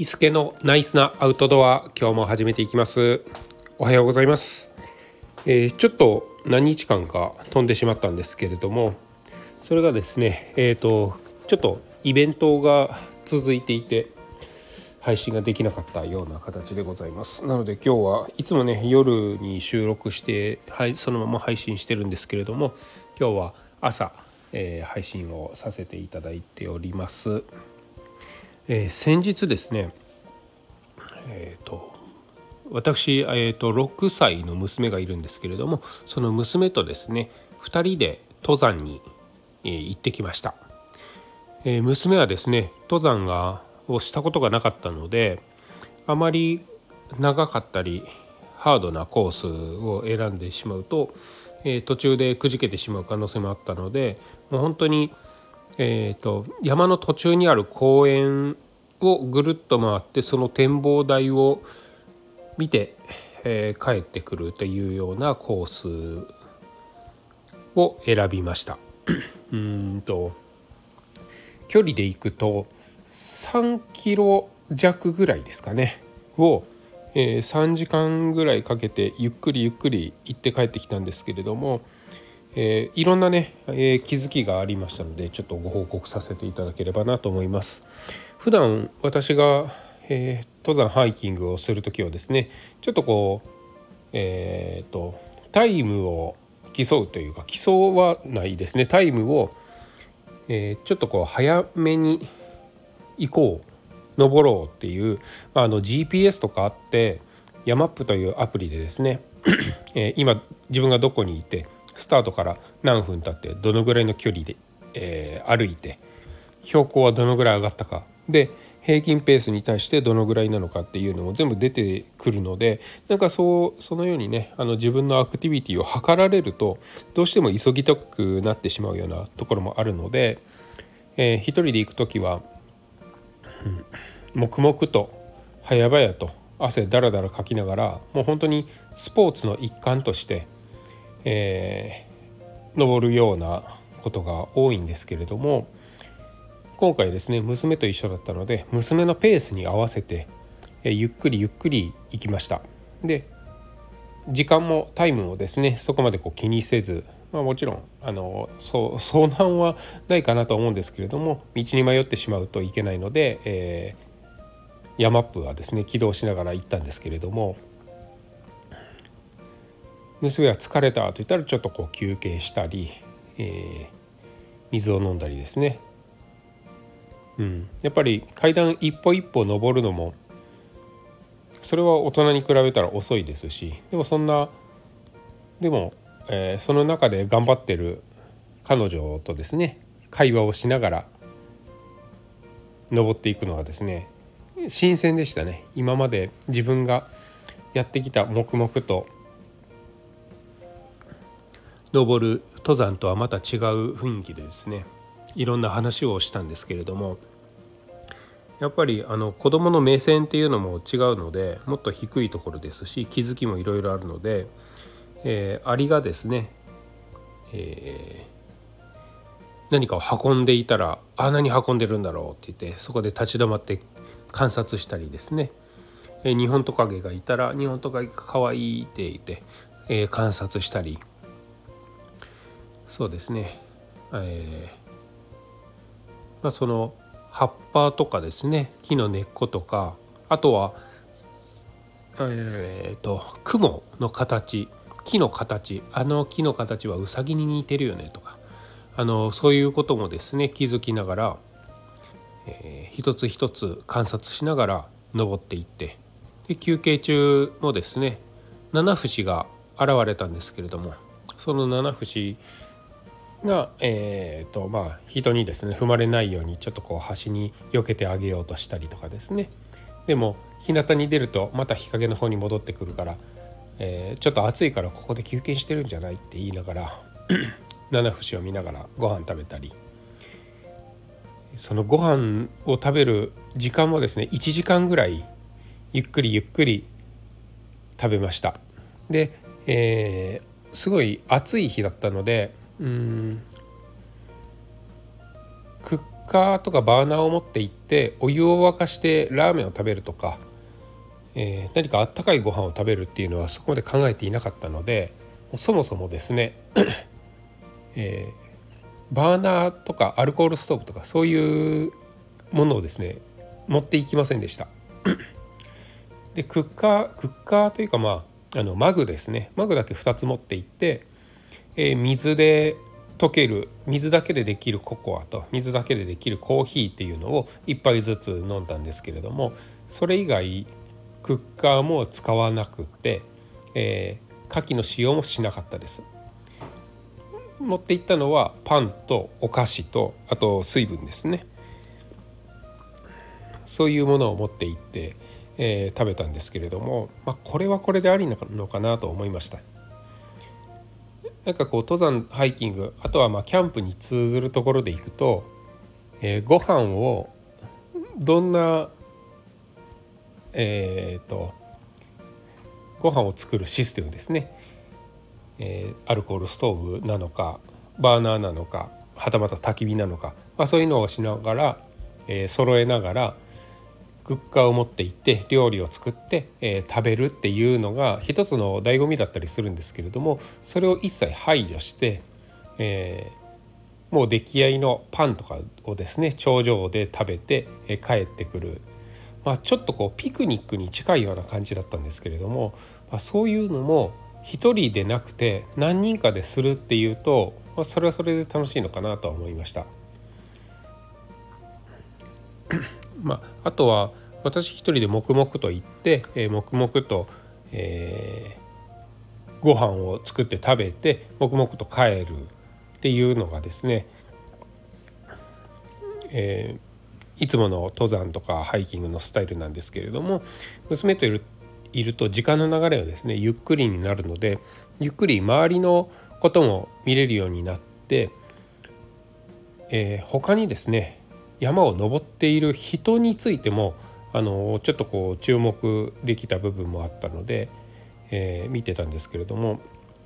伊助のナイスなアウトドア、今日も始めていきます。おはようございます。ちょっと何日間か飛んでしまったんですけれども、それがですね、ちょっとイベントが続いていて配信ができなかったような形でございます。なので今日はいつもね夜に収録して、そのまま配信してるんですけれども、今日は朝、配信をさせていただいております。先日ですね、私、6歳の娘がいるんですけれども、その娘とですね2人で登山に、行ってきました。娘はですね登山をしたことがなかったので、あまり長かったりハードなコースを選んでしまうと、途中でくじけてしまう可能性もあったので、もう本当に山の途中にある公園をぐるっと回って、その展望台を見て、帰ってくるというようなコースを選びました。距離で行くと3キロ弱ぐらいですかねを、3時間ぐらいかけてゆっくりゆっくり行って帰ってきたんですけれども、いろんなね、気づきがありましたので、ちょっとご報告させていただければなと思います。普段私が、登山ハイキングをするときはですね、ちょっとこう、タイムを競うというか、競わないですね、タイムを、ちょっとこう早めに行こう、登ろうっていう、GPS とかあって、ヤマップというアプリでですね今自分がどこにいて、スタートから何分経ってどのぐらいの距離で、歩いて、標高はどのぐらい上がったかで、平均ペースに対してどのぐらいなのかっていうのも全部出てくるので、なんかそのようにね、自分のアクティビティを測られるとどうしても急ぎたくなってしまうようなところもあるので、一人で行く時は、黙々と早々と汗だらだらかきながら、もう本当にスポーツの一環として、登るようなことが多いんですけれども、今回ですね娘と一緒だったので、娘のペースに合わせて、ゆっくりゆっくり行きました。で、時間もタイムもですねそこまで気にせず、もちろん遭難はないかなと思うんですけれども、道に迷ってしまうといけないので、ヤマップはですね起動しながら行ったんですけれども、娘は疲れたと言ったらちょっと休憩したり、水を飲んだりですね、やっぱり階段一歩一歩登るのも、それは大人に比べたら遅いですし、でもその中で頑張ってる彼女とですね会話をしながら登っていくのはですね新鮮でしたね。今まで自分がやってきた黙々と登る登山とはまた違う雰囲気でですね、いろんな話をしたんですけれども、やっぱり子どもの目線っていうのも違うので、もっと低いところですし、気づきもいろいろあるので、アリがですね、何かを運んでいたら、何運んでるんだろうって言って、そこで立ち止まって観察したりですね、日本トカゲがいたら、日本トカゲがかわいいって言って、観察したり、そうですね、その葉っぱとかですね、木の根っことか、あとは雲の形、木の形、木の形はウサギに似てるよねとか、そういうこともですね気づきながら、一つ一つ観察しながら登っていって、で休憩中もですね七節が現れたんですけれども、その七節が、人にですね踏まれないようにちょっと端に避けてあげようとしたりとかですね。でも日向に出るとまた日陰の方に戻ってくるから、ちょっと暑いからここで休憩してるんじゃないって言いながら七節を見ながらご飯食べたり、そのご飯を食べる時間もですね1時間ぐらいゆっくりゆっくり食べました。で、すごい暑い日だったので、 カーとかバーナーを持って行ってお湯を沸かしてラーメンを食べるとか、何かあったかいご飯を食べるっていうのはそこまで考えていなかったので、そもそもですね、バーナーとかアルコールストーブとかそういうものをですね持っていきませんでした。でクッカーというか、マグですね、マグだけ2つ持っていって、水で溶ける水だけでできるココアと水だけでできるコーヒーっていうのを1杯ずつ飲んだんですけれども、それ以外クッカーも使わなくて、牡蠣の使用もしなかったです。持っていったのはパンとお菓子とあと水分ですね。そういうものを持って行って、食べたんですけれども、これはこれでありなのかなと思いました。なんかこう登山ハイキング、あとはキャンプに通ずるところでいくと、ご飯をどんなご飯を作るシステムですね、アルコールストーブなのかバーナーなのかはたまた焚き火なのか、そういうのをしながら、揃えながらクッカーを持って行って料理を作って、食べるっていうのが一つの醍醐味だったりするんですけれども、それを一切排除して、もう出来合いのパンとかをですね頂上で食べて、帰ってくる、ちょっとこうピクニックに近いような感じだったんですけれども、そういうのも一人でなくて何人かでするっていうと、それはそれで楽しいのかなとは思いました。あとは私一人で黙々と行って、黙々と、ご飯を作って食べて黙々と帰るっていうのがですね、いつもの登山とかハイキングのスタイルなんですけれども、娘といると時間の流れがですねゆっくりになるので、ゆっくり周りのことも見れるようになって、他にですね山を登っている人についてもちょっとこう注目できた部分もあったので、見てたんですけれども、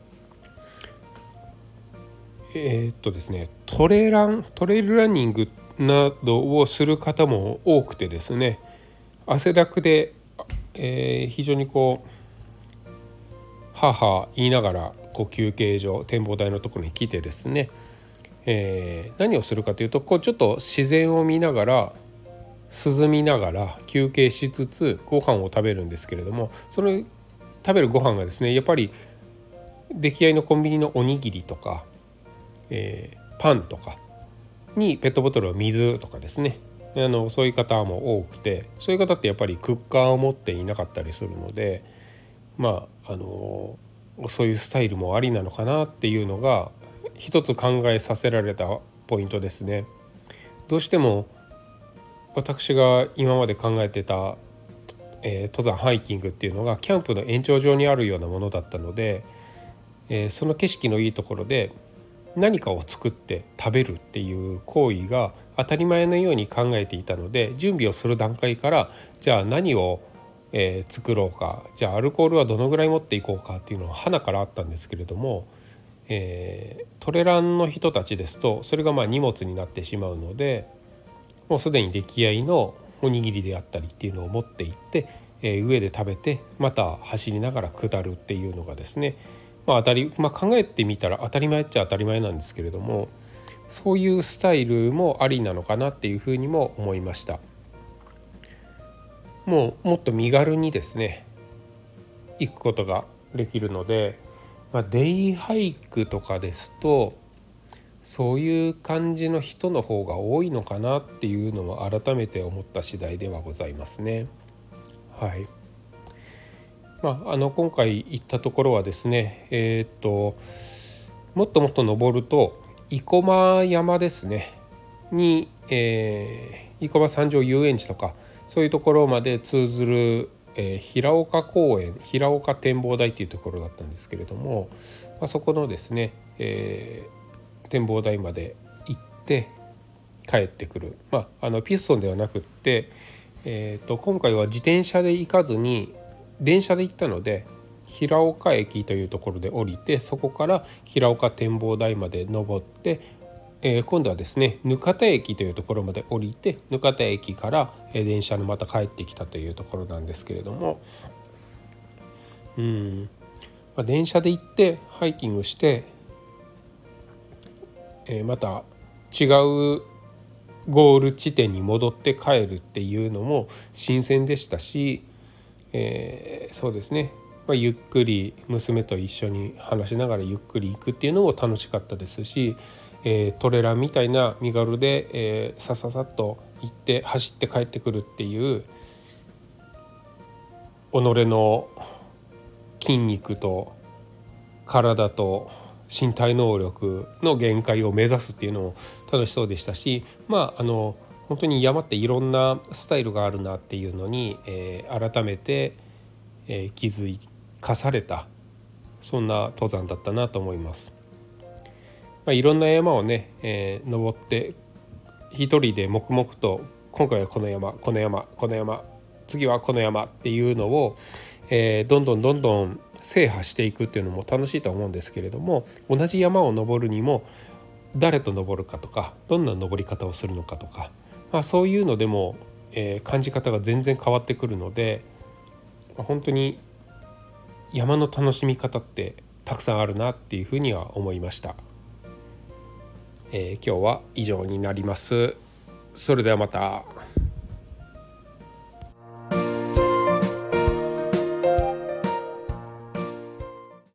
ですねトレイルランニングなどをする方も多くてですね、汗だくで、非常にこうはは言いながら休憩所展望台のところに来てですね、何をするかというとちょっと自然を見ながら涼みながら休憩しつつご飯を食べるんですけれども、その食べるご飯がですねやっぱり出来合いのコンビニのおにぎりとか、パンとかにペットボトルの水とかですね、そういう方も多くて、そういう方ってやっぱりクッカーを持っていなかったりするので、そういうスタイルもありなのかなっていうのが一つ考えさせられたポイントですね。どうしても私が今まで考えてた、登山ハイキングっていうのがキャンプの延長上にあるようなものだったので、その景色のいいところで何かを作って食べるっていう行為が当たり前のように考えていたので、準備をする段階からじゃあ何を、作ろうか、じゃあアルコールはどのぐらい持っていこうかっていうのは花からあったんですけれども、トレランの人たちですとそれが荷物になってしまうので、もうすでに出来合いのおにぎりであったりっていうのを持っていって、上で食べてまた走りながら下るっていうのがですね、考えてみたら当たり前っちゃ当たり前なんですけれども、そういうスタイルもありなのかなっていうふうにも思いました。もっと身軽にですね行くことができるので、デイハイクとかですとそういう感じの人の方が多いのかなっていうのも改めて思った次第ではございますね。はい。今回行ったところはですね、もっともっと登ると生駒山ですねに、生駒山上遊園地とかそういうところまで通ずる、平岡公園、平岡展望台っていうところだったんですけれども、そこのですね、展望台まで行って帰ってくる、ピストンではなくって、今回は自転車で行かずに電車で行ったので、平岡駅というところで降りてそこから平岡展望台まで登って、 今度はですね額田駅というところまで降りて、額田駅から、電車のまた帰ってきたというところなんですけれども、電車で行ってハイキングして、また違うゴール地点に戻って帰るっていうのも新鮮でしたし、そうですね、ゆっくり娘と一緒に話しながらゆっくり行くっていうのも楽しかったですし、トレランみたいな身軽で、さささっと行って走って帰ってくるっていう己の筋肉と体と身体能力の限界を目指すっていうのも楽しそうでしたし、本当に山っていろんなスタイルがあるなっていうのに、改めて、気づかされた、そんな登山だったなと思います。いろんな山をね、登って一人で黙々と今回はこの山この山この山次はこの山っていうのを、どんどん制覇していくっていうのも楽しいと思うんですけれども、同じ山を登るにも誰と登るかとかどんな登り方をするのかとか、そういうのでも、感じ方が全然変わってくるので、本当に山の楽しみ方ってたくさんあるなっていうふうには思いました。今日は以上になります。それではまた。